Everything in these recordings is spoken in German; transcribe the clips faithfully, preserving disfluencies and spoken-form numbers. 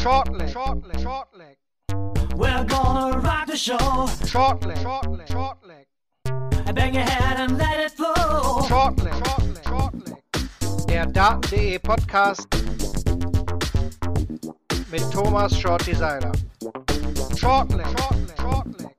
Shortleg, shortleg, shortleg. We're gonna rock the show. Shortleg, shortleg, shortleg. Bang your head and let it flow. Shortleg, shortleg, shortleg. Der Daten.de Podcast mit Thomas Shorty Seiler. Shortleg, shortleg, shortleg.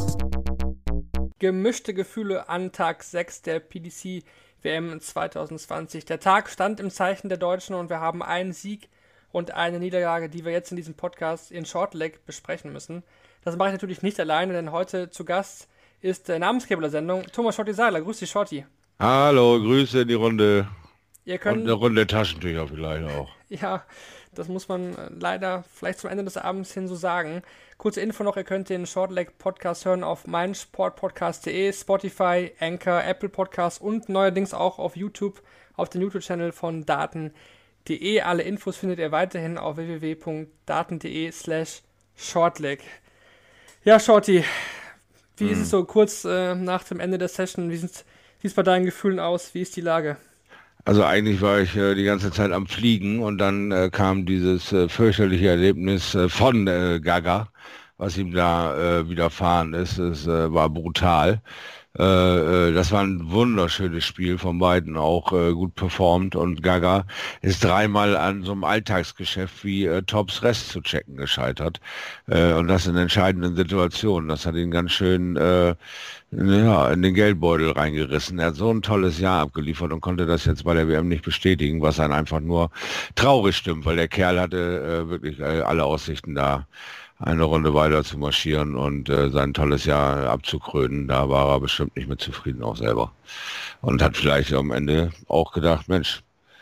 Gemischte Gefühle an Tag sechs der P D C W M zwanzig zwanzig. Der Tag stand im Zeichen der Deutschen und wir haben einen Sieg und eine Niederlage, die wir jetzt in diesem Podcast in Shortleg besprechen müssen. Das mache ich natürlich nicht alleine, denn heute zu Gast ist der Namensgeber der Sendung, Thomas Shorty Seiler. Grüß dich, Shorty. Hallo, Grüße in die Runde. Ihr könnt, und eine Runde Taschentücher vielleicht auch. Ja, das muss man leider vielleicht zum Ende des Abends hin so sagen. Kurze Info noch, ihr könnt den Shortleg-Podcast hören auf meinsportpodcast punkt de, Spotify, Anchor, Apple Podcasts und neuerdings auch auf YouTube, auf dem YouTube-Channel von Daten punkt de. Alle Infos findet ihr weiterhin auf w w w punkt daten punkt de slash shortleg. Ja, Shorty, wie hm. ist es so kurz äh, nach dem Ende der Session? Wie sieht es bei deinen Gefühlen aus? Wie ist die Lage? Also eigentlich war ich äh, die ganze Zeit am Fliegen und dann äh, kam dieses äh, fürchterliche Erlebnis äh, von äh, Gaga, was ihm da äh, widerfahren ist. Es äh, war brutal. Äh, äh, das war ein wunderschönes Spiel, von beiden auch äh, gut performt, und Gaga ist dreimal an so einem Alltagsgeschäft wie äh, Tops Rest zu checken gescheitert, äh, und das in entscheidenden Situationen. Das hat ihn ganz schön äh, ja, in den Geldbeutel reingerissen. Er hat so ein tolles Jahr abgeliefert und konnte das jetzt bei der W M nicht bestätigen, was einen einfach nur traurig stimmt, weil der Kerl hatte äh, wirklich äh, alle Aussichten, da eine Runde weiter zu marschieren und äh, sein tolles Jahr abzukrönen. Da war er bestimmt nicht mehr zufrieden, auch selber. Und hat vielleicht am Ende auch gedacht, Mensch,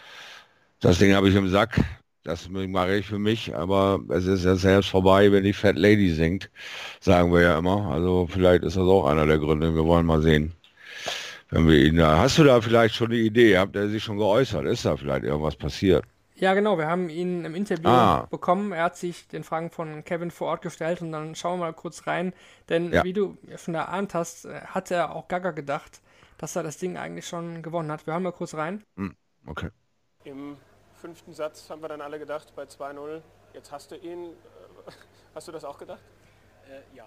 das Ding habe ich im Sack, das mache ich für mich, aber es ist jetzt erst vorbei, wenn die Fat Lady singt, sagen wir ja immer. Also vielleicht ist das auch einer der Gründe, wir wollen mal sehen. Wenn wir ihn da, hast du da vielleicht schon eine Idee? Habt ihr sich schon geäußert? Ist da vielleicht irgendwas passiert? Ja, genau, wir haben ihn im Interview ah. bekommen. Er hat sich den Fragen von Kevin vor Ort gestellt und dann schauen wir mal kurz rein. Denn ja. wie du schon erahnt hast, hat er auch Gaga gedacht, dass er das Ding eigentlich schon gewonnen hat. Wir hören mal kurz rein. Okay. Im fünften Satz haben wir dann alle gedacht, bei zwei null, jetzt hast du ihn. Hast du das auch gedacht? Äh, ja.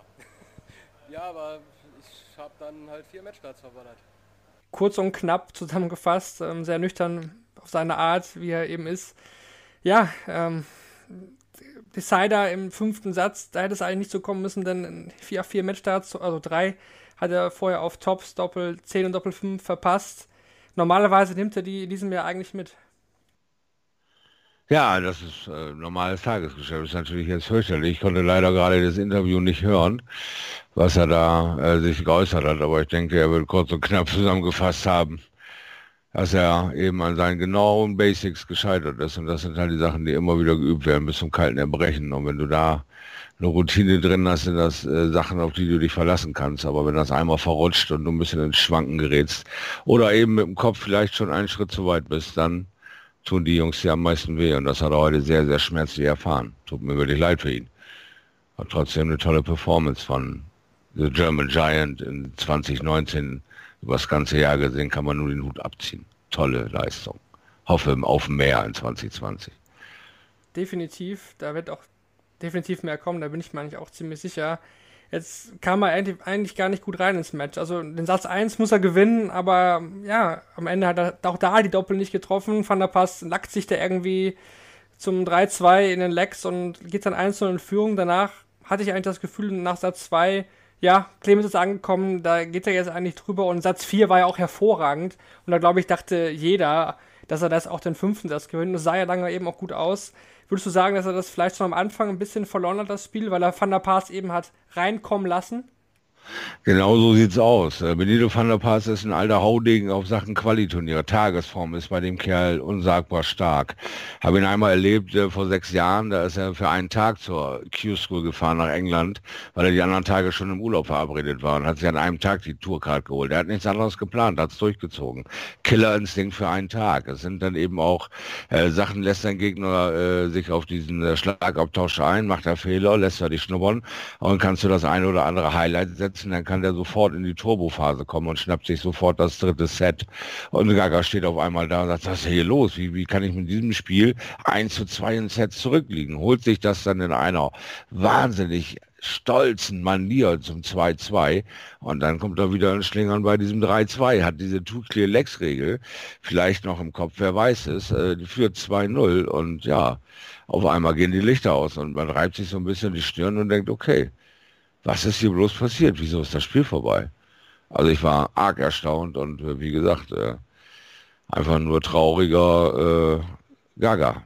ja, aber ich habe dann halt vier Matchstarts verballert. Kurz und knapp zusammengefasst, ähm, sehr nüchtern auf seine Art, wie er eben ist. Ja, ähm, Decider im fünften Satz, da hätte es eigentlich nicht so kommen müssen, denn vier, vier Matchstarts, also drei, hat er vorher auf Tops, Doppel zehn und Doppel fünf verpasst. Normalerweise nimmt er die in diesem Jahr eigentlich mit. Ja, das ist äh, normales Tagesgeschäft. Das ist natürlich jetzt fürchterlich. Ich konnte leider gerade das Interview nicht hören, was er da äh, sich geäußert hat, aber ich denke, er wird kurz und knapp zusammengefasst haben, dass er eben an seinen genauen Basics gescheitert ist, und das sind halt die Sachen, die immer wieder geübt werden bis zum kalten Erbrechen, und wenn du da eine Routine drin hast, sind das äh, Sachen, auf die du dich verlassen kannst, aber wenn das einmal verrutscht und du ein bisschen ins Schwanken gerätst oder eben mit dem Kopf vielleicht schon einen Schritt zu weit bist, dann tun die Jungs dir am meisten weh, und das hat er heute sehr, sehr schmerzlich erfahren. Tut mir wirklich leid für ihn. Hat trotzdem eine tolle Performance von The German Giant in zwanzig neunzehn über das ganze Jahr gesehen, kann man nur den Hut abziehen. Tolle Leistung. Hoffe auf mehr in zwanzig zwanzig. Definitiv, da wird auch definitiv mehr kommen, da bin ich mir eigentlich auch ziemlich sicher. Jetzt kam er eigentlich, eigentlich gar nicht gut rein ins Match. Also den Satz eins muss er gewinnen, aber ja, am Ende hat er auch da die Doppel nicht getroffen. Van der Pass lackt sich da irgendwie zum drei zwei in den Legs und geht dann eins null in Führung. Danach hatte ich eigentlich das Gefühl, nach Satz zwei, ja, Clemens ist angekommen, da geht er jetzt eigentlich drüber, und Satz vier war ja auch hervorragend. Und da, glaube ich, dachte jeder, dass er das auch den fünften Satz gewinnt. Und das sah ja lange eben auch gut aus. Würdest du sagen, dass er das vielleicht schon am Anfang ein bisschen verloren hat, das Spiel, weil er Van der Paas eben hat reinkommen lassen? Genau so sieht's aus. Benito van der Paas ist ein alter Haudegen auf Sachen Qualiturniere. Tagesform ist bei dem Kerl unsagbar stark. Habe ihn einmal erlebt äh, vor sechs Jahren, da ist er für einen Tag zur Q-School gefahren nach England, weil er die anderen Tage schon im Urlaub verabredet war, und hat sich an einem Tag die Tourcard geholt. Er hat nichts anderes geplant, hat es durchgezogen. Killerinstinkt für einen Tag. Es sind dann eben auch äh, Sachen, lässt sein Gegner äh, sich auf diesen äh, Schlagabtausch ein, macht er Fehler, lässt er dich schnuppern, und kannst du das eine oder andere Highlight setzen, setzen, dann kann der sofort in die Turbophase kommen und schnappt sich sofort das dritte Set. Und Gaga steht auf einmal da und sagt, was ist hier los? Wie, wie kann ich mit diesem Spiel eins zu zwei in Sets zurückliegen? Holt sich das dann in einer wahnsinnig stolzen Manier zum zwei zwei und dann kommt er wieder in Schlingern bei diesem drei zwei, hat diese Two-Clear-Legs-Regel vielleicht noch im Kopf, wer weiß es, äh, die führt zwei null und ja, auf einmal gehen die Lichter aus und man reibt sich so ein bisschen die Stirn und denkt, okay, was ist hier bloß passiert? Wieso ist das Spiel vorbei? Also ich war arg erstaunt und äh, wie gesagt, äh, einfach nur trauriger äh, Gaga.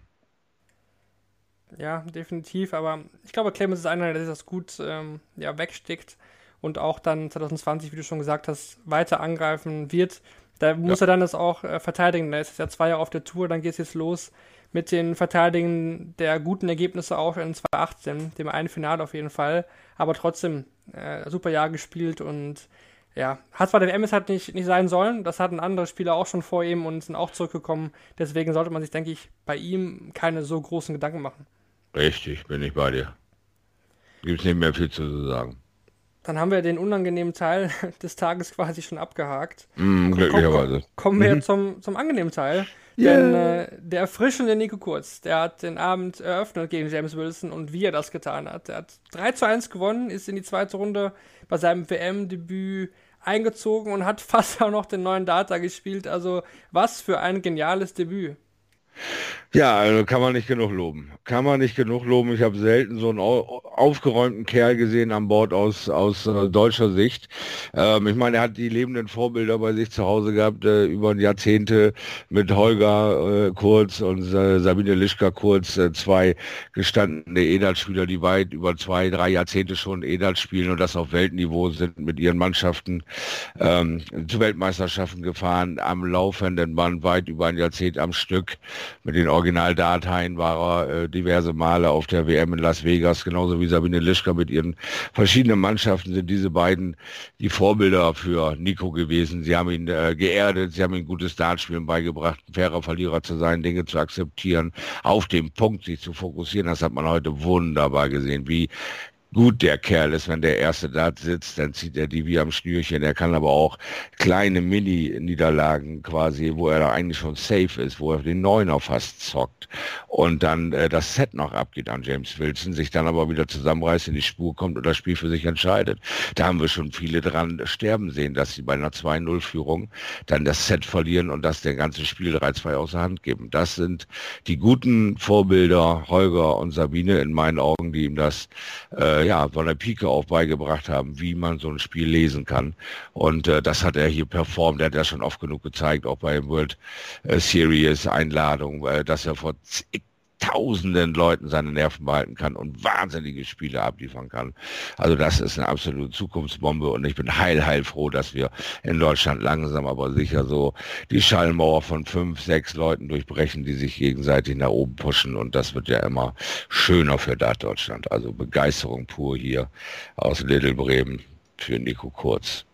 Ja, definitiv, aber ich glaube, Clemens ist einer, der sich das gut ähm, ja, wegstickt und auch dann zwanzig zwanzig, wie du schon gesagt hast, weiter angreifen wird. Da muss ja. er dann das auch äh, verteidigen. Da ist es ja zwei Jahre auf der Tour, dann geht es jetzt los mit den Verteidigen der guten Ergebnisse auch in zwanzig achtzehn, dem einen Finale auf jeden Fall, aber trotzdem äh, super Jahr gespielt und ja, hat zwar der W M es halt nicht, nicht sein sollen, das hatten andere Spieler auch schon vor ihm und sind auch zurückgekommen, deswegen sollte man sich, denke ich, bei ihm keine so großen Gedanken machen. Richtig, bin ich bei dir. Gibt es nicht mehr viel zu sagen. Dann haben wir den unangenehmen Teil des Tages quasi schon abgehakt. Mm, glücklicherweise. Komm, kommen wir mhm. zum, zum angenehmen Teil. Yeah. Denn äh, der erfrischende Nico Kurz, der hat den Abend eröffnet gegen James Wilson und wie er das getan hat. Er hat drei zu eins gewonnen, ist in die zweite Runde bei seinem W M-Debüt eingezogen und hat fast auch noch den neuen Data gespielt. Also was für ein geniales Debüt. Ja, also kann man nicht genug loben. Kann man nicht genug loben. Ich habe selten so einen au- aufgeräumten Kerl gesehen an Bord aus, aus äh, deutscher Sicht. Ähm, ich meine, er hat die lebenden Vorbilder bei sich zu Hause gehabt, äh, über Jahrzehnte mit Holger äh, Kurz und äh, Sabine Lischka Kurz, äh, zwei gestandene E D A T-Spieler, die weit über zwei, drei Jahrzehnte schon E D A T spielen und das auf Weltniveau sind, mit ihren Mannschaften ähm, zu Weltmeisterschaften gefahren, am laufenden Band weit über ein Jahrzehnt am Stück. Mit den Originaldateien war er äh, diverse Male auf der W M in Las Vegas, genauso wie Sabine Lischka mit ihren verschiedenen Mannschaften sind diese beiden die Vorbilder für Nico gewesen. Sie haben ihn äh, geerdet, sie haben ihm gutes Dartspielen beigebracht, ein fairer Verlierer zu sein, Dinge zu akzeptieren, auf den Punkt sich zu fokussieren. Das hat man heute wunderbar gesehen, wie gut der Kerl ist, wenn der erste Dart sitzt, dann zieht er die wie am Schnürchen. Er kann aber auch kleine Mini-Niederlagen quasi, wo er da eigentlich schon safe ist, wo er den Neuner fast zockt und dann äh, das Set noch abgeht an James Wilson, sich dann aber wieder zusammenreißt, in die Spur kommt und das Spiel für sich entscheidet. Da haben wir schon viele dran sterben sehen, dass sie bei einer zwei null Führung dann das Set verlieren und das der ganze Spiel drei zwei außer Hand geben. Das sind die guten Vorbilder Holger und Sabine in meinen Augen, die ihm das äh, ja, von der Pike auf beigebracht haben, wie man so ein Spiel lesen kann. Und äh, das hat er hier performt. Er hat ja schon oft genug gezeigt, auch bei World äh, Series Einladung, äh, dass er vor tausenden Leuten seine Nerven behalten kann und wahnsinnige Spiele abliefern kann. Also das ist eine absolute Zukunftsbombe und ich bin heil, heil froh, dass wir in Deutschland langsam aber sicher so die Schallmauer von fünf, sechs Leuten durchbrechen, die sich gegenseitig nach oben pushen und das wird ja immer schöner für Dart Deutschland. Also Begeisterung pur hier aus Little Bremen für Nico Kurz.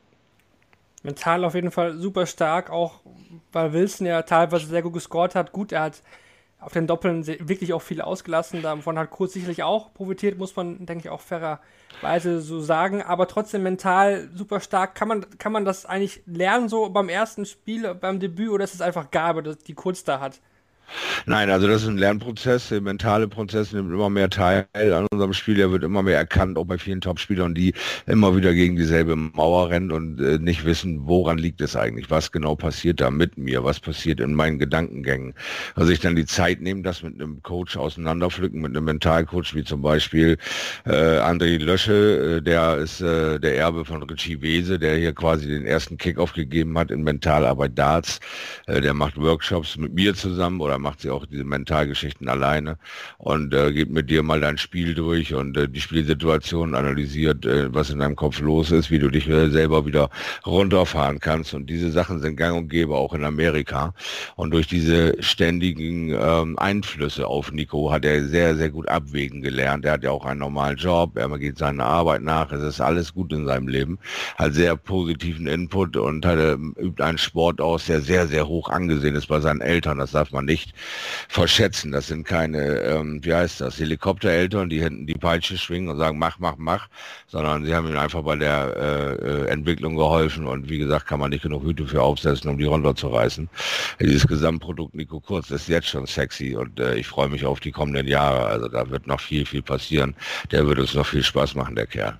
Mental auf jeden Fall super stark, auch weil Wilson ja teilweise sehr gut gescored hat. Gut, er hat auf den Doppeln wirklich auch viel ausgelassen. Davon hat Kurz sicherlich auch profitiert, muss man, denke ich, auch fairerweise so sagen. Aber trotzdem mental super stark. Kann man, kann man das eigentlich lernen, so beim ersten Spiel, beim Debüt, oder ist es einfach Gabe, die Kurz da hat? Nein, also das ist ein Lernprozess, der mentale Prozess nimmt immer mehr teil an unserem Spiel, der wird immer mehr erkannt, auch bei vielen Top-Spielern, die immer wieder gegen dieselbe Mauer rennen und äh, nicht wissen, woran liegt es eigentlich, was genau passiert da mit mir, was passiert in meinen Gedankengängen. Also ich dann die Zeit nehmen, das mit einem Coach auseinanderpflücken, mit einem Mentalcoach, wie zum Beispiel äh, André Lösche, äh, der ist äh, der Erbe von Richie Wese, der hier quasi den ersten Kickoff gegeben hat in Mentalarbeit Darts, äh, der macht Workshops mit mir zusammen oder macht sie auch diese Mentalgeschichten alleine und äh, geht mit dir mal dein Spiel durch und äh, die Spielsituation analysiert, äh, was in deinem Kopf los ist, wie du dich äh, selber wieder runterfahren kannst und diese Sachen sind gang und gäbe auch in Amerika und durch diese ständigen ähm, Einflüsse auf Nico hat er sehr, sehr gut abwägen gelernt. Er hat ja auch einen normalen Job, er geht seiner Arbeit nach, es ist alles gut in seinem Leben, hat sehr positiven Input und hat, äh, übt einen Sport aus, der sehr, sehr hoch angesehen ist bei seinen Eltern, das darf man nicht nicht verschätzen. Das sind keine, ähm, wie heißt das, Helikoptereltern, die hinten die Peitsche schwingen und sagen, mach, mach, mach, sondern sie haben ihm einfach bei der äh, Entwicklung geholfen und wie gesagt, kann man nicht genug Hüte für aufsetzen, um die runterzureißen. Dieses Gesamtprodukt Nico Kurz ist jetzt schon sexy und äh, ich freue mich auf die kommenden Jahre. Also da wird noch viel, viel passieren. Der wird uns noch viel Spaß machen, der Kerl.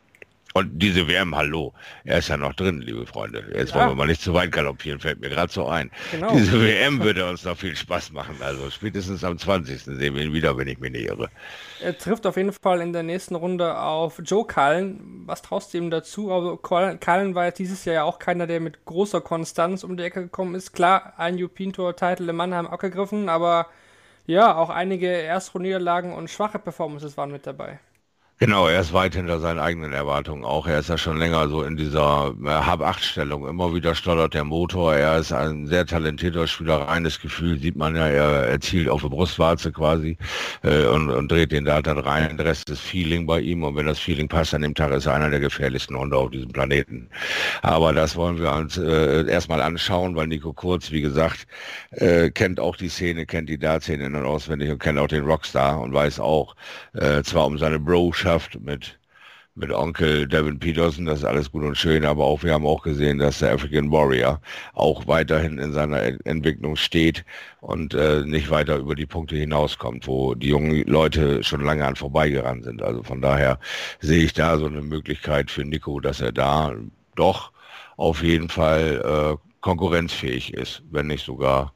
Und diese W M, hallo, er ist ja noch drin, liebe Freunde. Jetzt Ja. wollen wir mal nicht zu weit galoppieren, fällt mir gerade so ein. Genau. Diese W M würde uns noch viel Spaß machen. Also spätestens am zwanzigsten sehen wir ihn wieder, wenn ich mich nicht irre. Er trifft auf jeden Fall in der nächsten Runde auf Joe Cullen. Was traust du ihm dazu? Also Cullen war jetzt dieses Jahr ja auch keiner, der mit großer Konstanz um die Ecke gekommen ist. Klar, ein European Tour Titel in Mannheim abgegriffen, aber ja, auch einige Erstrundenniederlagen und schwache Performances waren mit dabei. Genau, er ist weit hinter seinen eigenen Erwartungen auch. Er ist ja schon länger so in dieser äh, Hab-Acht-Stellung. Immer wieder stottert der Motor. Er ist ein sehr talentierter Spieler. Reines Gefühl sieht man ja. Er erzielt auf der Brustwarze quasi äh, und, und dreht den Dart dann rein. Der Rest ist Feeling bei ihm. Und wenn das Feeling passt an dem Tag, ist er einer der gefährlichsten Hunde auf diesem Planeten. Aber das wollen wir uns äh, erstmal anschauen, weil Nico Kurz, wie gesagt, äh, kennt auch die Szene, kennt die Dart-Szene in- und auswendig und kennt auch den Rockstar und weiß auch, äh, zwar um seine Bro mit mit Onkel Devin Peterson, das ist alles gut und schön, aber auch wir haben auch gesehen, dass der African Warrior auch weiterhin in seiner Ent- Entwicklung steht und äh, nicht weiter über die Punkte hinauskommt, wo die jungen Leute schon lange an vorbeigerannt sind. Also von daher sehe ich da so eine Möglichkeit für Nico, dass er da doch auf jeden Fall äh, konkurrenzfähig ist, wenn nicht sogar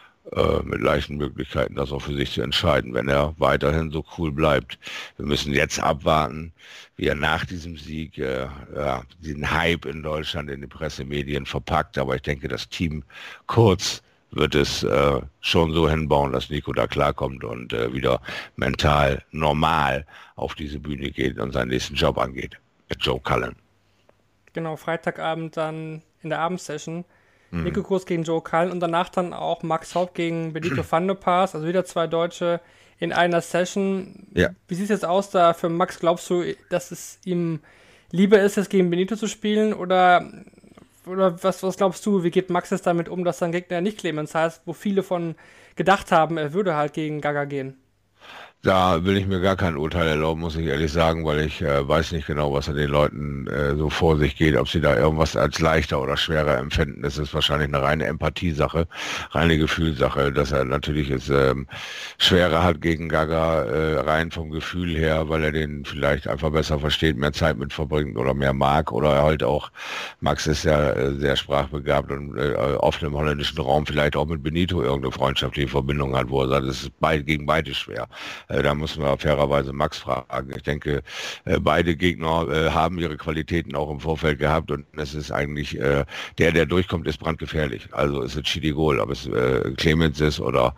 äh, mit leichten Möglichkeiten, das auch für sich zu entscheiden, wenn er weiterhin so cool bleibt. Wir müssen jetzt abwarten, wie er nach diesem Sieg äh, ja, diesen Hype in Deutschland in die Pressemedien verpackt, aber ich denke, das Team Kurz wird es äh, schon so hinbauen, dass Nico da klarkommt und äh, wieder mental normal auf diese Bühne geht und seinen nächsten Job angeht mit Joe Cullen. Genau, Freitagabend dann in der Abendsession. Nico Kurz gegen Joe Cullen und danach dann auch Max Hopp gegen Benito van der Paas, also wieder zwei Deutsche in einer Session. Ja. Wie sieht es jetzt aus da für Max? Glaubst du, dass es ihm lieber ist, jetzt gegen Benito zu spielen oder, oder was, was glaubst du, wie geht Max jetzt damit um, dass sein Gegner nicht Clemens heißt, wo viele von gedacht haben, er würde halt gegen Gaga gehen? Da will ich mir gar kein Urteil erlauben, muss ich ehrlich sagen, weil ich äh, weiß nicht genau, was an den Leuten äh, so vor sich geht, ob sie da irgendwas als leichter oder schwerer empfinden. Das ist wahrscheinlich eine reine Empathiesache, reine Gefühlssache, dass er natürlich es ähm, schwerer hat gegen Gaga, äh, rein vom Gefühl her, weil er den vielleicht einfach besser versteht, mehr Zeit mit verbringt oder mehr mag oder halt auch, Max ist ja äh, sehr sprachbegabt und äh, oft im holländischen Raum vielleicht auch mit Benito irgendeine freundschaftliche Verbindung hat, wo er sagt, es ist beid, gegen beide schwer. Da müssen wir fairerweise Max fragen. Ich denke, beide Gegner haben ihre Qualitäten auch im Vorfeld gehabt und es ist eigentlich, der, der durchkommt, ist brandgefährlich. Also es ist Chidigol, ob es Clemens ist oder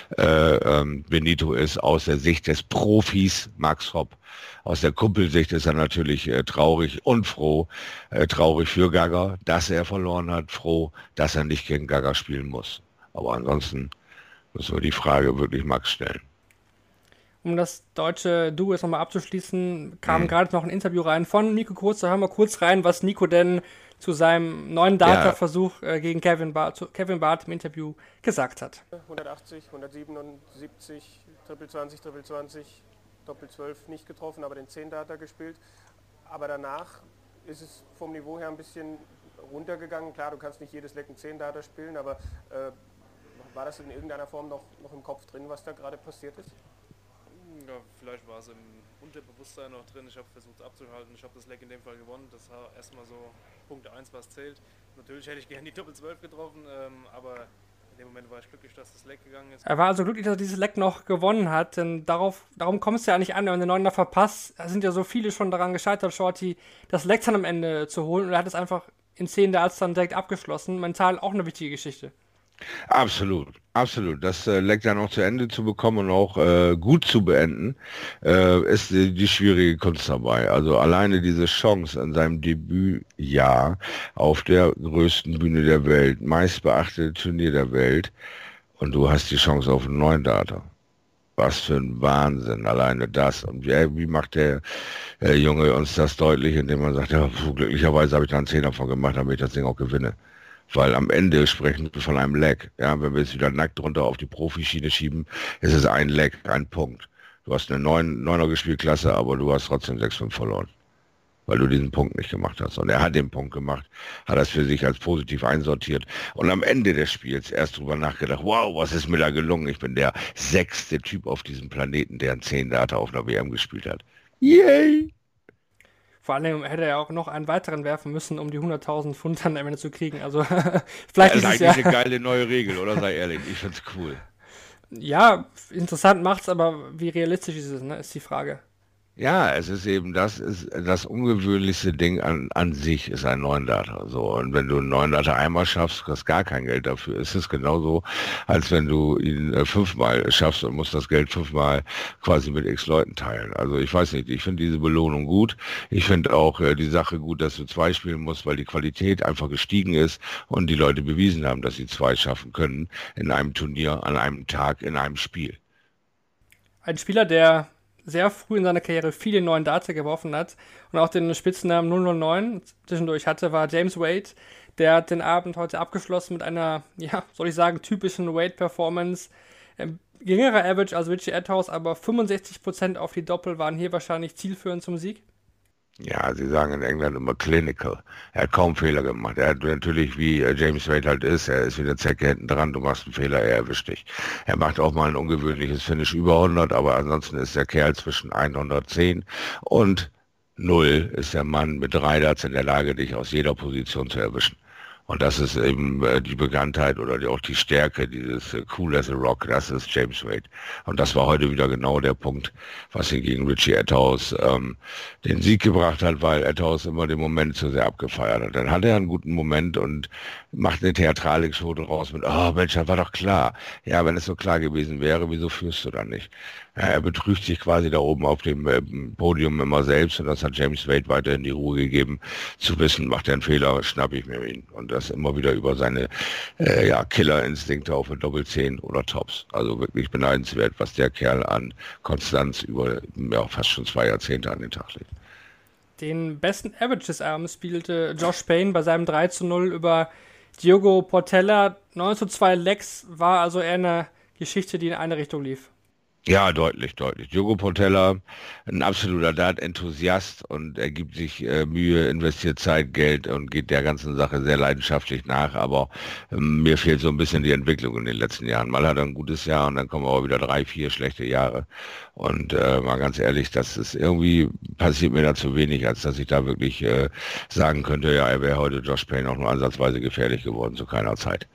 Benito ist, aus der Sicht des Profis Max Hopp. Aus der Kumpelsicht ist er natürlich äh, traurig und froh. Äh, traurig für Gaga, dass er verloren hat, froh, dass er nicht gegen Gaga spielen muss. Aber ansonsten müssen wir die Frage wirklich Max stellen. Um das deutsche Duo jetzt nochmal abzuschließen, kam Mhm. gerade noch ein Interview rein von Nico Kurz. Da hören wir kurz rein, was Nico denn zu seinem neuen Data-Versuch äh, gegen Kevin Barth, zu Kevin Barth im Interview gesagt hat. hundertachtzig, hundertsiebenundsiebzig, Triple zwanzig, Triple zwanzig, Doppel zwölf nicht getroffen, aber den zehn Data gespielt. Aber danach ist es vom Niveau her ein bisschen runtergegangen. Klar, du kannst nicht jedes Leck ein zehn Data spielen, aber äh, war das in irgendeiner Form noch, noch im Kopf drin, was da gerade passiert ist? Ja, vielleicht war es im Unterbewusstsein noch drin. Ich habe versucht abzuhalten. Ich habe das Leck in dem Fall gewonnen. Das war erstmal so Punkt eins, was zählt. Natürlich hätte ich gerne die Doppel zwölf getroffen, ähm, aber in dem Moment war ich glücklich, dass das Leck gegangen ist. Er war also glücklich, dass er dieses Leck noch gewonnen hat, denn darauf, darum kommt es ja nicht an, wenn man den Neuner verpasst. Da sind ja so viele schon daran gescheitert, Shorty, das Leck dann am Ende zu holen und er hat es einfach in zehn Darts dann direkt abgeschlossen. Mental auch eine wichtige Geschichte. Absolut, absolut. Das äh, Leck dann auch zu Ende zu bekommen und auch äh, gut zu beenden, äh, ist die, die schwierige Kunst dabei. Also alleine diese Chance in seinem Debütjahr auf der größten Bühne der Welt, meistbeachtete Turnier der Welt, und du hast die Chance auf einen neuen Data. Was für ein Wahnsinn, alleine das. Und wie, wie macht der äh, Junge uns das deutlich, indem man sagt, ja, puh, glücklicherweise habe ich da einen Zehner von gemacht, damit ich das Ding auch gewinne. Weil am Ende sprechen wir von einem Leg. Ja, wenn wir es wieder nackt runter auf die Profischiene schieben, ist es ein Leg, ein Punkt. Du hast eine neuner Gespielklasse, aber du hast trotzdem sechs fünf verloren. Weil du diesen Punkt nicht gemacht hast. Und er hat den Punkt gemacht, hat das für sich als positiv einsortiert. Und am Ende des Spiels erst drüber nachgedacht, wow, was ist mir da gelungen? Ich bin der sechste Typ auf diesem Planeten, der einen zehn Data auf einer W M gespielt hat. Yay! Vor allem hätte er auch noch einen weiteren werfen müssen, um die hunderttausend Pfund dann am Ende zu kriegen. Also vielleicht das ist ist es eigentlich ja... eine geile neue Regel, oder? Sei ehrlich, ich find's cool. Ja, interessant macht's, aber wie realistisch ist es, ne, ist die Frage. Ja, es ist eben das, ist das ungewöhnlichste Ding an, an sich ist ein neun Data. So, und wenn du einen neun Data einmal schaffst, kriegst gar kein Geld dafür. Es ist genauso, als wenn du ihn äh, fünfmal schaffst und musst das Geld fünfmal quasi mit x Leuten teilen. Also ich weiß nicht, ich finde diese Belohnung gut. Ich finde auch äh, die Sache gut, dass du zwei spielen musst, weil die Qualität einfach gestiegen ist und die Leute bewiesen haben, dass sie zwei schaffen können in einem Turnier, an einem Tag, in einem Spiel. Ein Spieler, der sehr früh in seiner Karriere viele neuen Data geworfen hat und auch den Spitznamen null null neun zwischendurch hatte, war James Wade. Der hat den Abend heute abgeschlossen mit einer, ja, soll ich sagen, typischen Wade-Performance. Ähm, geringerer Average als Richie Etthaus, aber fünfundsechzig Prozent auf die Doppel waren hier wahrscheinlich zielführend zum Sieg. Ja, sie sagen in England immer clinical. Er hat kaum Fehler gemacht. Er hat natürlich, wie James Wade halt ist, er ist wie eine Zecke hinten dran, du machst einen Fehler, er erwischt dich. Er macht auch mal ein ungewöhnliches Finish über hundert, aber ansonsten ist der Kerl zwischen hundertzehn und null ist der Mann mit drei Darts in der Lage, dich aus jeder Position zu erwischen. Und das ist eben äh, die Bekanntheit oder die, auch die Stärke, dieses äh, Cool as a Rock, das ist James Wade. Und das war heute wieder genau der Punkt, was ihn gegen Richie Etthaus ähm, den Sieg gebracht hat, weil Etthaus immer den Moment zu sehr abgefeiert hat. Dann hat er einen guten Moment und macht eine Theatralik-Show draus mit, oh Mensch, das war doch klar. Ja, wenn es so klar gewesen wäre, wieso führst du dann nicht? Ja, er betrügt sich quasi da oben auf dem äh, Podium immer selbst und das hat James Wade weiterhin die Ruhe gegeben, zu wissen, macht er einen Fehler, schnapp ich mir ihn. Und das immer wieder über seine äh, ja, Killerinstinkte auf eine Doppelzehn oder Tops. Also wirklich beneidenswert, was der Kerl an Konstanz über ja, fast schon zwei Jahrzehnte an den Tag legt. Den besten Average des Abends spielte Josh Payne bei seinem drei zu null über Diogo Portela. neun zu zwei Legs war also eher eine Geschichte, die in eine Richtung lief. Ja, deutlich, deutlich. Diogo Portela, ein absoluter Dart-Enthusiast und er gibt sich äh, Mühe, investiert Zeit, Geld und geht der ganzen Sache sehr leidenschaftlich nach, aber ähm, mir fehlt so ein bisschen die Entwicklung in den letzten Jahren. Mal hat er ein gutes Jahr und dann kommen aber wieder drei, vier schlechte Jahre und äh, mal ganz ehrlich, das ist irgendwie, passiert mir da zu wenig, als dass ich da wirklich äh, sagen könnte, ja, er wäre heute Josh Payne auch nur ansatzweise gefährlich geworden, zu keiner Zeit.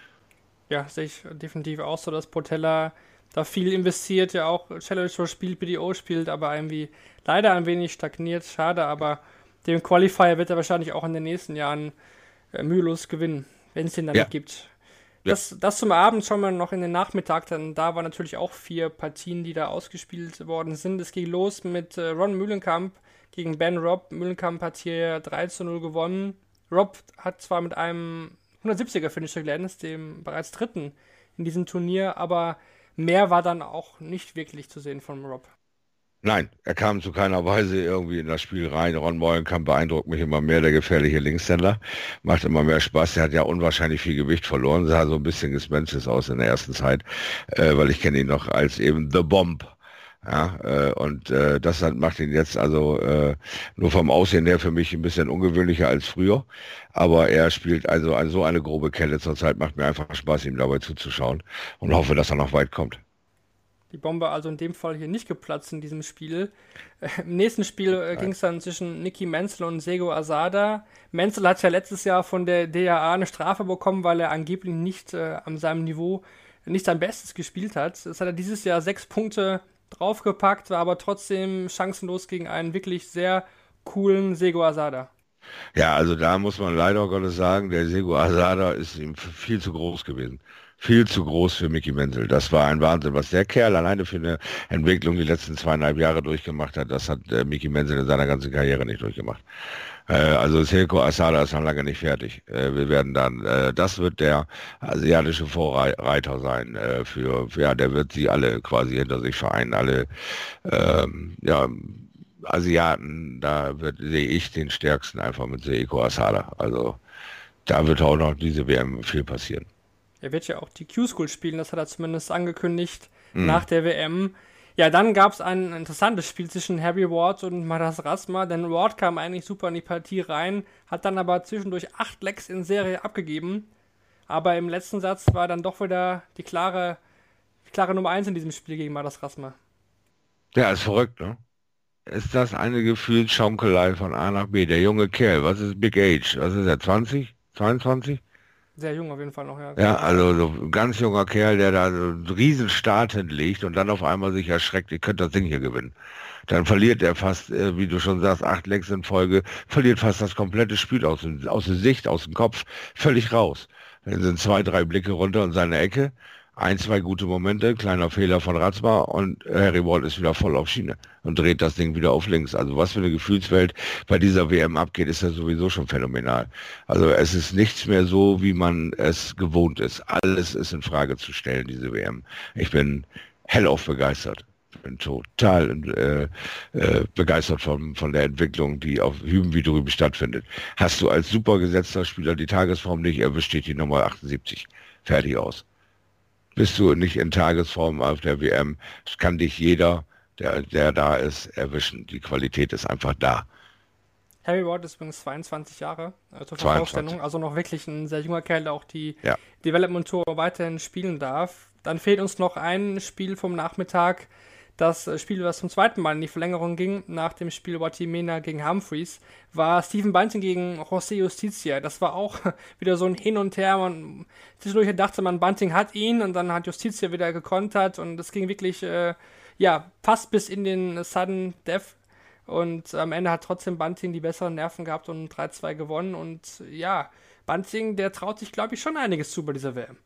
Ja, sehe ich definitiv auch so, dass Portela da viel investiert, ja auch Challenge Tour spielt, B D O spielt, aber irgendwie leider ein wenig stagniert. Schade, aber den Qualifier wird er wahrscheinlich auch in den nächsten Jahren äh, mühelos gewinnen, wenn es den dann ja. nicht gibt. Das, ja. das zum Abend, schauen wir noch in den Nachmittag, dann da waren natürlich auch vier Partien, die da ausgespielt worden sind. Es ging los mit äh, Ron Mühlenkamp gegen Ben Robb. Mühlenkamp hat hier drei zu null gewonnen. Robb hat zwar mit einem hundertsiebziger-Finish geglänzt, dem bereits dritten in diesem Turnier, aber mehr war dann auch nicht wirklich zu sehen von Robb. Nein, er kam zu keiner Weise irgendwie in das Spiel rein. Ron Mühlenkamp beeindruckt mich immer mehr, der gefährliche Linkshänder. Macht immer mehr Spaß. Er hat ja unwahrscheinlich viel Gewicht verloren. Sah so ein bisschen gespenstisch aus in der ersten Zeit, äh, weil ich kenne ihn noch als eben The Bomb. Ja, äh, und äh, das hat, macht ihn jetzt also äh, nur vom Aussehen her für mich ein bisschen ungewöhnlicher als früher. Aber er spielt also so eine grobe Kelle zurzeit, macht mir einfach Spaß, ihm dabei zuzuschauen und hoffe, dass er noch weit kommt. Die Bombe also in dem Fall hier nicht geplatzt in diesem Spiel. Äh, Im nächsten Spiel äh, ging es dann zwischen Nicky Menzel und Sego Asada. Menzel hat ja letztes Jahr von der D A A eine Strafe bekommen, weil er angeblich nicht äh, an seinem Niveau nicht sein Bestes gespielt hat. Das hat er dieses Jahr sechs Punkte draufgepackt, war aber trotzdem chancenlos gegen einen wirklich sehr coolen Sego Asada. Ja, also da muss man leider Gottes sagen, der Sego Asada ist ihm viel zu groß gewesen. Viel zu groß für Mickey Menzel. Das war ein Wahnsinn, was der Kerl alleine für eine Entwicklung die letzten zweieinhalb Jahre durchgemacht hat. Das hat äh, Mickey Menzel in seiner ganzen Karriere nicht durchgemacht. Äh, also Sego Asada ist noch lange nicht fertig. Äh, wir werden dann, äh, das wird der asiatische Vorreiter sein. Äh, für, für, ja, der wird sie alle quasi hinter sich vereinen. Alle, ähm, ja, Asiaten, da wird, sehe ich den stärksten einfach mit Seiko Asada. Also da wird auch noch diese W M viel passieren. Er wird ja auch die Q-School spielen, das hat er zumindest angekündigt mhm. nach der W M. Ja, dann gab es ein interessantes Spiel zwischen Harry Ward und Madas Rasma, denn Ward kam eigentlich super in die Partie rein, hat dann aber zwischendurch acht Lecks in Serie abgegeben. Aber im letzten Satz war dann doch wieder die klare, die klare Nummer eins in diesem Spiel gegen Madas Rasma. Ja, ist verrückt, ne? Ist das eine Gefühlsschaukelei von A nach B? Der junge Kerl, was ist Big Age? Was ist er, zwanzig? zweiundzwanzig? Sehr jung auf jeden Fall noch, ja. Ja, also so ein ganz junger Kerl, der da so einen riesen Start hinlegt und dann auf einmal sich erschreckt, ich könnte das Ding hier gewinnen. Dann verliert er fast, äh, wie du schon sagst, acht Lecks in Folge, verliert fast das komplette Spiel aus, aus der Sicht, aus dem Kopf, völlig raus. Dann sind zwei, drei Blicke runter in seine Ecke, ein, zwei gute Momente, kleiner Fehler von Rasma und Harry Ward ist wieder voll auf Schiene und dreht das Ding wieder auf links. Also was für eine Gefühlswelt bei dieser W M abgeht, ist ja sowieso schon phänomenal. Also es ist nichts mehr so, wie man es gewohnt ist. Alles ist in Frage zu stellen, diese W M. Ich bin hellauf begeistert. Ich bin total äh, äh, begeistert von, von der Entwicklung, die auf Hüben wie drüben stattfindet. Hast du als super gesetzter Spieler die Tagesform nicht erwischt, steht die Nummer achtundsiebzig. Fertig aus. Bist du nicht in Tagesform auf der W M, kann dich jeder, der, der da ist, erwischen. Die Qualität ist einfach da. Harry Ward ist übrigens zweiundzwanzig Jahre äh, zur Vorausstellung, also noch wirklich ein sehr junger Kerl, der auch die ja. Development Tour weiterhin spielen darf. Dann fehlt uns noch ein Spiel vom Nachmittag, das Spiel, was zum zweiten Mal in die Verlängerung ging, nach dem Spiel Watimena gegen Humphreys, war Stephen Bunting gegen José Justicia. Das war auch wieder so ein Hin und Her. Man, zwischendurch dachte man, Bunting hat ihn und dann hat Justicia wieder gekontert und es ging wirklich äh, ja, fast bis in den Sudden Death. Und am Ende hat trotzdem Bunting die besseren Nerven gehabt und drei zwei gewonnen. Und ja, Bunting, der traut sich, glaube ich, schon einiges zu bei dieser W M.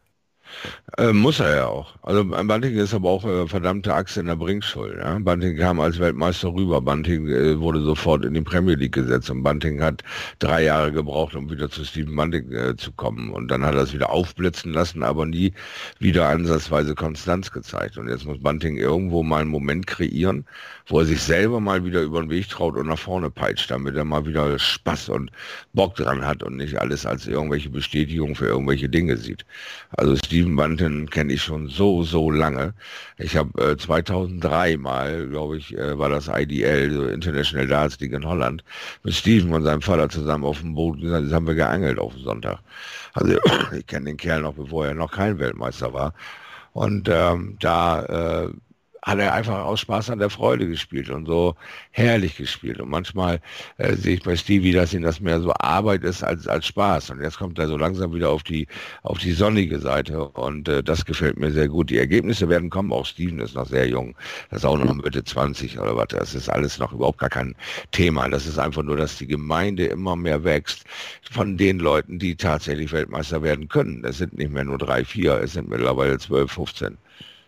Äh, muss er ja auch. Also Bunting ist aber auch äh, verdammte Achse in der Bringschuld. Ja? Bunting kam als Weltmeister rüber. Bunting äh, wurde sofort in die Premier League gesetzt und Bunting hat drei Jahre gebraucht, um wieder zu Stephen Bunting äh, zu kommen. Und dann hat er es wieder aufblitzen lassen, aber nie wieder ansatzweise Konstanz gezeigt. Und jetzt muss Bunting irgendwo mal einen Moment kreieren, wo er sich selber mal wieder über den Weg traut und nach vorne peitscht, damit er mal wieder Spaß und Bock dran hat und nicht alles als irgendwelche Bestätigung für irgendwelche Dinge sieht. Also Stephen Bunting kenne ich schon so, so lange. Ich habe äh, zweitausenddrei mal, glaube ich, äh, war das I D L, so International Darts League in Holland, mit Stephen und seinem Vater zusammen auf dem Boot gesagt, das haben wir geangelt auf den Sonntag. Also ich kenne den Kerl noch, bevor er noch kein Weltmeister war. Und ähm, da äh, hat er einfach aus Spaß an der Freude gespielt und so herrlich gespielt. Und manchmal äh, sehe ich bei Stevie, dass ihm das mehr so Arbeit ist als als Spaß. Und jetzt kommt er so langsam wieder auf die auf die sonnige Seite und äh, das gefällt mir sehr gut. Die Ergebnisse werden kommen. Auch Steven ist noch sehr jung. Das ist auch noch Mitte zwanzig oder was. Das ist alles noch überhaupt gar kein Thema. Das ist einfach nur, dass die Gemeinde immer mehr wächst von den Leuten, die tatsächlich Weltmeister werden können. Es sind nicht mehr nur drei, vier, es sind mittlerweile zwölf, fünfzehn.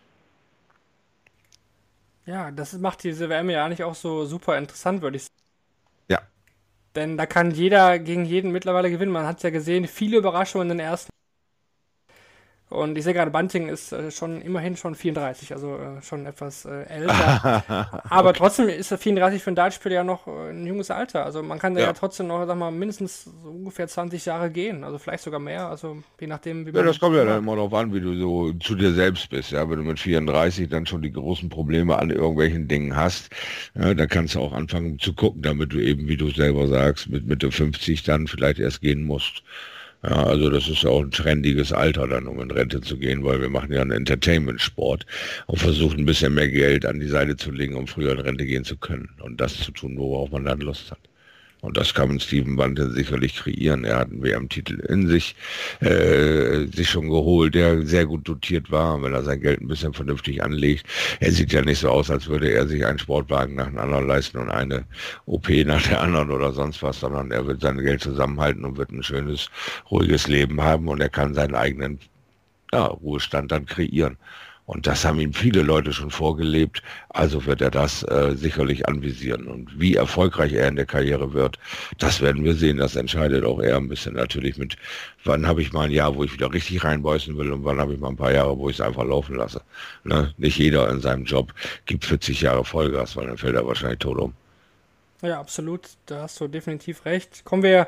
Ja, das macht diese W M ja eigentlich auch so super interessant, würde ich sagen. Ja. Denn da kann jeder gegen jeden mittlerweile gewinnen. Man hat es ja gesehen, viele Überraschungen in den ersten. Und ich sehe gerade, Bunting ist äh, schon immerhin schon vierunddreißig, also äh, schon etwas äh, älter. Aber okay. Trotzdem ist er vierunddreißig für ein Dartspieler ja noch äh, ein junges Alter. Also man kann da ja. ja trotzdem noch, sag mal, mindestens so ungefähr zwanzig Jahre gehen. Also vielleicht sogar mehr, also je nachdem, wie man... Ja, das kommt ja dann immer darauf an, wie du so zu dir selbst bist. Ja, wenn du mit vierunddreißig dann schon die großen Probleme an irgendwelchen Dingen hast, ja, dann kannst du auch anfangen zu gucken, damit du eben, wie du selber sagst, mit Mitte fünfzig dann vielleicht erst gehen musst. Ja, also das ist ja auch ein trendiges Alter dann, um in Rente zu gehen, weil wir machen ja einen Entertainment-Sport und versuchen ein bisschen mehr Geld an die Seite zu legen, um früher in Rente gehen zu können und das zu tun, worauf man dann Lust hat. Und das kann Stephen Bunting sicherlich kreieren. Er hat einen W M-Titel in sich, äh, sich schon geholt, der sehr gut dotiert war, wenn er sein Geld ein bisschen vernünftig anlegt. Er sieht ja nicht so aus, als würde er sich einen Sportwagen nach dem anderen leisten und eine O P nach der anderen oder sonst was, sondern er wird sein Geld zusammenhalten und wird ein schönes, ruhiges Leben haben und er kann seinen eigenen ja, Ruhestand dann kreieren. Und das haben ihm viele Leute schon vorgelebt, also wird er das äh, sicherlich anvisieren. Und wie erfolgreich er in der Karriere wird, das werden wir sehen. Das entscheidet auch er ein bisschen natürlich mit, wann habe ich mal ein Jahr, wo ich wieder richtig reinbeißen will und wann habe ich mal ein paar Jahre, wo ich es einfach laufen lasse. Ne? Nicht jeder in seinem Job gibt vierzig Jahre Vollgas, weil dann fällt er wahrscheinlich tot um. Ja, absolut, da hast du definitiv recht. Kommen wir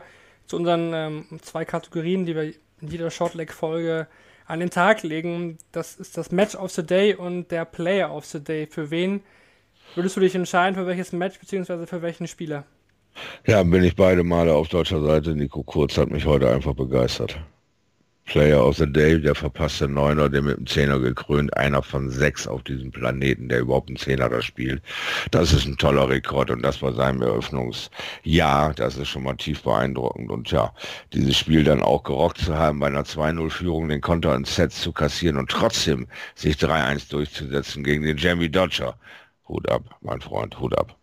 zu unseren ähm, zwei Kategorien, die wir in jeder Shortleg-Folge an den Tag legen. Das ist das Match of the Day und der Player of the Day. Für wen würdest du dich entscheiden, für welches Match bzw. für welchen Spieler? Ja, bin ich beide Male auf deutscher Seite. Nico Kurz hat mich heute einfach begeistert. Player of the Day, der verpasste Neuner, der mit dem Zehner gekrönt, einer von sechs auf diesem Planeten, der überhaupt einen Zehner da spielt. Das ist ein toller Rekord und das war sein Eröffnungsjahr. Das ist schon mal tief beeindruckend. Und ja, dieses Spiel dann auch gerockt zu haben, bei einer zwei null Führung den Konter in Sets zu kassieren und trotzdem sich drei eins durchzusetzen gegen den Jamie Dodger. Hut ab, mein Freund, Hut ab.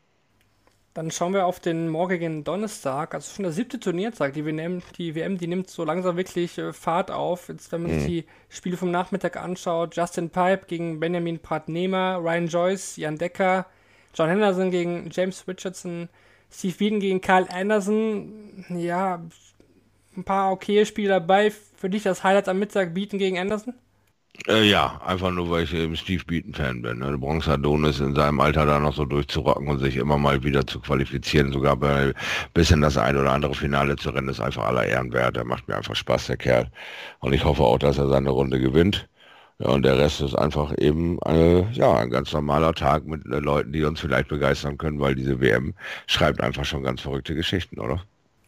Dann schauen wir auf den morgigen Donnerstag, also schon der siebte Turniertag. Die W M, die W M, die nimmt so langsam wirklich äh, Fahrt auf. Jetzt, wenn man mhm. sich die Spiele vom Nachmittag anschaut, Justin Pipe gegen Benjamin Prat-Nehmer, Ryan Joyce, Jan Decker, John Henderson gegen James Richardson, Steve Beaton gegen Kyle Anderson. Ja, ein paar okaye Spiele dabei. Für dich das Highlight am Mittag, Beaton gegen Anderson? Äh, ja, einfach nur, weil ich eben Steve Beaton-Fan bin. Ne? Bronx Adonis in seinem Alter da noch so durchzurocken und sich immer mal wieder zu qualifizieren, sogar bei bis in das ein oder andere Finale zu rennen, ist einfach aller Ehren wert. Der macht mir einfach Spaß, der Kerl. Und ich hoffe auch, dass er seine Runde gewinnt. Ja, und der Rest ist einfach eben äh, ja, ein ganz normaler Tag mit äh, Leuten, die uns vielleicht begeistern können, weil diese W M schreibt einfach schon ganz verrückte Geschichten, oder?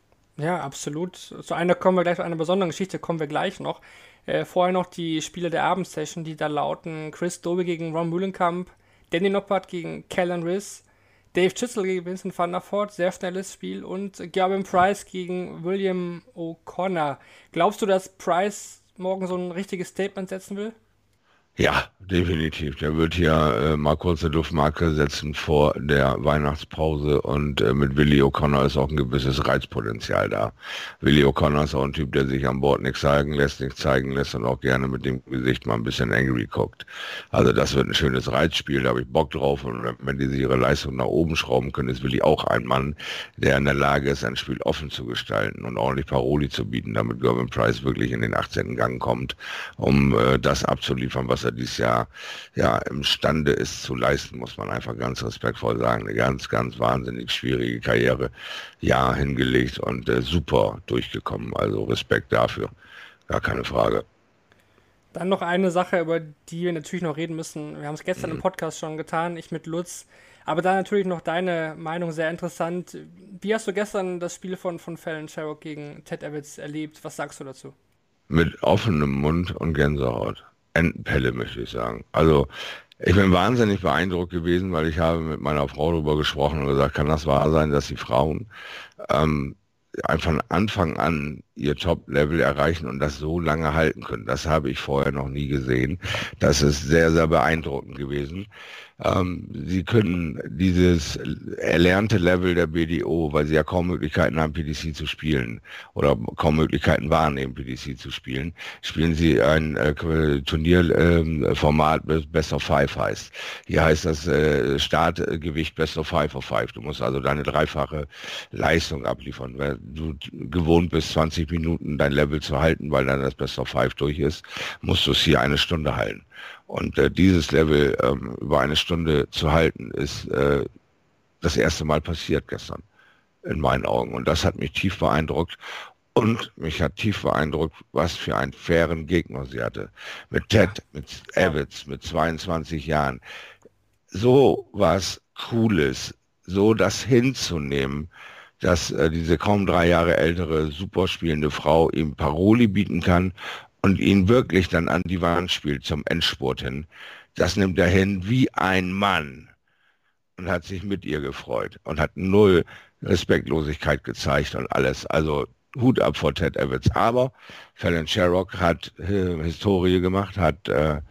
Ja, absolut. Zu einer kommen wir gleich, zu einer besonderen Geschichte kommen wir gleich noch. Äh, vorher noch die Spiele der Abendsession, die da lauten: Chris Dobie gegen Ron Mühlenkamp, Danny Noppert gegen Callan Riss, Dave Chisel gegen Vincent van der Voort, sehr schnelles Spiel, und Gerben Price gegen William O'Connor. Glaubst du, dass Price morgen so ein richtiges Statement setzen will? Ja, definitiv. Der wird hier äh, mal kurze Duftmarke setzen vor der Weihnachtspause und äh, mit Willie O'Connor ist auch ein gewisses Reizpotenzial da. Willie O'Connor ist auch ein Typ, der sich an Bord nichts sagen lässt, nichts zeigen lässt und auch gerne mit dem Gesicht mal ein bisschen angry guckt. Also das wird ein schönes Reizspiel, da habe ich Bock drauf, und wenn die ihre Leistung nach oben schrauben können, ist Willie auch ein Mann, der in der Lage ist, ein Spiel offen zu gestalten und ordentlich Paroli zu bieten, damit Gerben Price wirklich in den achtzehnten Gang kommt, um äh, das abzuliefern, was er dieses Jahr ja imstande ist zu leisten, muss man einfach ganz respektvoll sagen. Eine ganz, ganz wahnsinnig schwierige Karriere, ja, hingelegt und äh, super durchgekommen. Also Respekt dafür, gar keine Frage. Dann noch eine Sache, über die wir natürlich noch reden müssen. Wir haben es gestern mhm. im Podcast schon getan, ich mit Lutz. Aber da natürlich noch deine Meinung, sehr interessant. Wie hast du gestern das Spiel von, von Fallon Sherrock gegen Ted Evans erlebt? Was sagst du dazu? Mit offenem Mund und Gänsehaut. Entenpelle, möchte ich sagen. Also ich bin wahnsinnig beeindruckt gewesen, weil ich habe mit meiner Frau darüber gesprochen und gesagt, kann das wahr sein, dass die Frauen ähm, von Anfang an ihr Top-Level erreichen und das so lange halten können. Das habe ich vorher noch nie gesehen. Das ist sehr, sehr beeindruckend gewesen. Ähm, sie können dieses erlernte Level der B D O, weil sie ja kaum Möglichkeiten haben, P D C zu spielen oder kaum Möglichkeiten wahrnehmen, P D C zu spielen, spielen sie ein äh, Turnierformat, äh, Best of Five heißt. Hier heißt das äh, Startgewicht Best of Five of Five. Du musst also deine dreifache Leistung abliefern. Wenn du gewohnt bist, zwanzig Minuten dein Level zu halten, weil dann das Best of Five durch ist, musst du es hier eine Stunde halten. Und äh, dieses Level ähm, über eine Stunde zu halten, ist äh, das erste Mal passiert gestern, in meinen Augen. Und das hat mich tief beeindruckt. Und mich hat tief beeindruckt, was für einen fairen Gegner sie hatte. Mit Ted, mit Evans, mit zweiundzwanzig Jahren. So was Cooles, so das hinzunehmen, dass äh, diese kaum drei Jahre ältere, super spielende Frau ihm Paroli bieten kann und ihn wirklich dann an die Wand spielt zum Endspurt hin. Das nimmt er hin wie ein Mann und hat sich mit ihr gefreut und hat null Respektlosigkeit gezeigt und alles. Also Hut ab vor Ted Evans. Aber Fallon Sherrock hat äh, Historie gemacht, hat äh,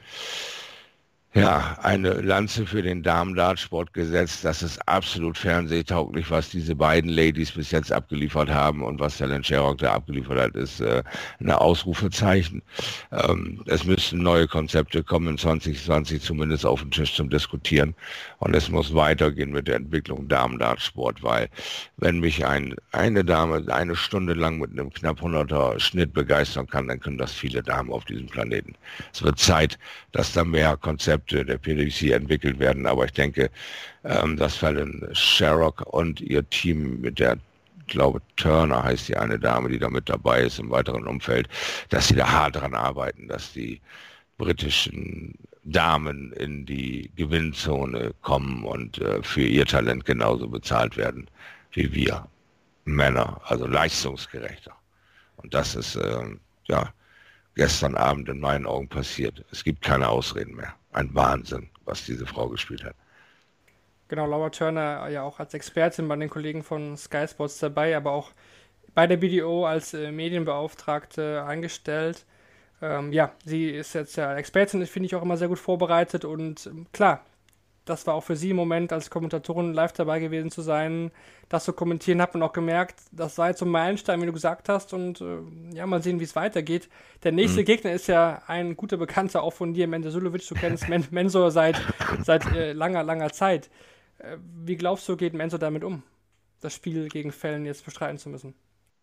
ja, eine Lanze für den Damen-Dartsport gesetzt. Das ist absolut fernsehtauglich, was diese beiden Ladies bis jetzt abgeliefert haben, und was Fallon Sherrock da abgeliefert hat, ist äh, eine Ausrufezeichen. Ähm, es müssten neue Konzepte kommen in zwanzig zwanzig zumindest auf den Tisch zum Diskutieren, und es muss weitergehen mit der Entwicklung Damen-Dartsport, weil wenn mich ein, eine Dame eine Stunde lang mit einem knapp hunderter Schnitt begeistern kann, dann können das viele Damen auf diesem Planeten. Es wird Zeit, dass da mehr Konzepte der P D C entwickelt werden, aber ich denke, ähm, dass Fallon Sherrock und ihr Team mit der glaube Turner heißt die eine Dame, die da mit dabei ist im weiteren Umfeld, dass sie da hart dran arbeiten, dass die britischen Damen in die Gewinnzone kommen und äh, für ihr Talent genauso bezahlt werden wie wir Männer, also leistungsgerechter. Und das ist äh, ja gestern Abend in meinen Augen passiert. Es gibt keine Ausreden mehr. Ein Wahnsinn, was diese Frau gespielt hat. Genau, Laura Turner ja auch als Expertin bei den Kollegen von Sky Sports dabei, aber auch bei der B D O als äh, Medienbeauftragte eingestellt. Ähm, ja, sie ist jetzt ja Expertin, finde ich auch immer sehr gut vorbereitet und ähm, klar, das war auch für sie im Moment als Kommentatorin live dabei gewesen zu sein, das zu kommentieren, hat man auch gemerkt, das war jetzt so ein Meilenstein, wie du gesagt hast und äh, ja, mal sehen, wie es weitergeht. Der nächste mhm. Gegner ist ja ein guter Bekannter auch von dir, Mensur Suljovic, du kennst Men- Mensur seit, seit äh, langer, langer Zeit. Äh, wie glaubst du, geht Mensur damit um, das Spiel gegen Fällen jetzt bestreiten zu müssen?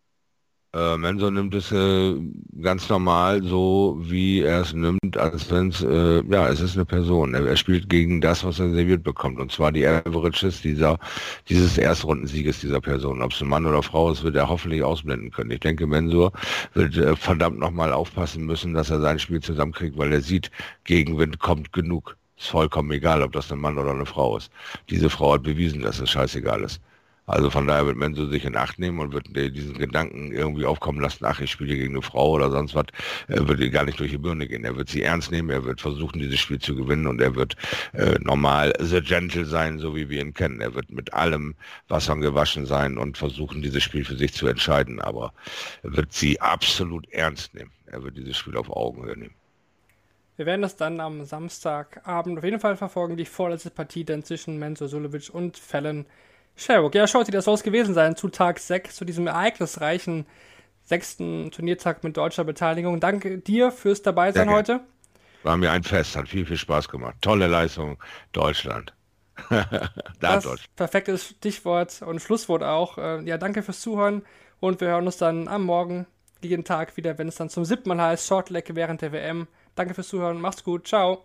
Äh, Mensur nimmt es äh, ganz normal so, wie er es nimmt, als wenn es, äh, ja, es ist eine Person. Er, er spielt gegen das, was er serviert bekommt. Und zwar die Averages dieser, dieses Erstrundensieges dieser Person. Ob es ein Mann oder Frau ist, wird er hoffentlich ausblenden können. Ich denke, Mensur wird äh, verdammt nochmal aufpassen müssen, dass er sein Spiel zusammenkriegt, weil er sieht, Gegenwind kommt genug. Ist vollkommen egal, ob das ein Mann oder eine Frau ist. Diese Frau hat bewiesen, dass es scheißegal ist. Also von daher wird Mensur sich in Acht nehmen und wird diesen Gedanken irgendwie aufkommen lassen, ach, ich spiele gegen eine Frau oder sonst was, er wird gar nicht durch die Birne gehen. Er wird sie ernst nehmen, er wird versuchen, dieses Spiel zu gewinnen und er wird äh, normal the gentle sein, so wie wir ihn kennen. Er wird mit allem Wassern gewaschen sein und versuchen, dieses Spiel für sich zu entscheiden, aber er wird sie absolut ernst nehmen. Er wird dieses Spiel auf Augenhöhe nehmen. Wir werden das dann am Samstagabend auf jeden Fall verfolgen, die vorletzte Partie dann zwischen Mensur Suljovic und Fallon Sherrock. Ja, Shorty, das soll es gewesen sein zu Tag sechs, zu diesem ereignisreichen sechsten Turniertag mit deutscher Beteiligung. Danke dir fürs Dabeisein heute. War mir ein Fest, hat viel, viel Spaß gemacht. Tolle Leistung, Deutschland. da das Deutschland. Perfektes Stichwort und Schlusswort auch. Ja, danke fürs Zuhören und wir hören uns dann am Morgen, jeden Tag wieder, wenn es dann zum siebten Mal heißt, Shortleg während der W M. Danke fürs Zuhören, macht's gut, ciao.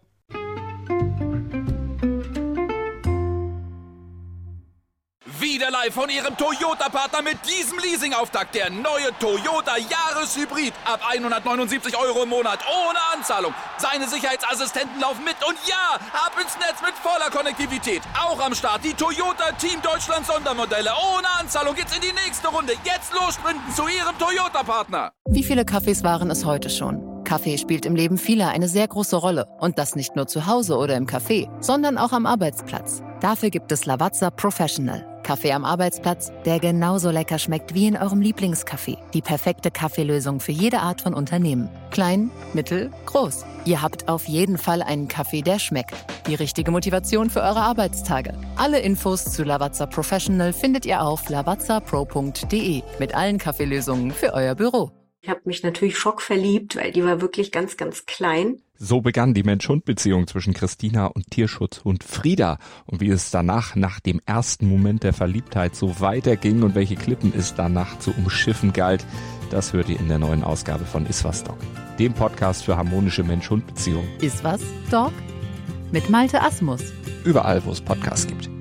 Wieder live von Ihrem Toyota-Partner mit diesem Leasing-Auftakt. Der neue Toyota Jahreshybrid. Ab hundertneunundsiebzig Euro im Monat. Ohne Anzahlung. Seine Sicherheitsassistenten laufen mit. Und ja, ab ins Netz mit voller Konnektivität. Auch am Start die Toyota Team Deutschland Sondermodelle. Ohne Anzahlung geht's in die nächste Runde. Jetzt los sprinten zu Ihrem Toyota-Partner. Wie viele Kaffees waren es heute schon? Kaffee spielt im Leben vieler eine sehr große Rolle. Und das nicht nur zu Hause oder im Café, sondern auch am Arbeitsplatz. Dafür gibt es Lavazza Professional. Kaffee am Arbeitsplatz, der genauso lecker schmeckt wie in eurem Lieblingscafé. Die perfekte Kaffeelösung für jede Art von Unternehmen. Klein, mittel, groß. Ihr habt auf jeden Fall einen Kaffee, der schmeckt. Die richtige Motivation für eure Arbeitstage. Alle Infos zu Lavazza Professional findet ihr auf lavazza pro punkt de mit allen Kaffeelösungen für euer Büro. Ich habe mich natürlich schockverliebt, weil die war wirklich ganz, ganz klein. So begann die Mensch-Hund-Beziehung zwischen Christina und Tierschutzhund Frieda. Und wie es danach, nach dem ersten Moment der Verliebtheit, so weiterging und welche Klippen es danach zu umschiffen galt, das hört ihr in der neuen Ausgabe von Iswas Dog, dem Podcast für harmonische Mensch-Hund-Beziehungen. Iswas Dog? Mit Malte Asmus. Überall, wo es Podcasts gibt.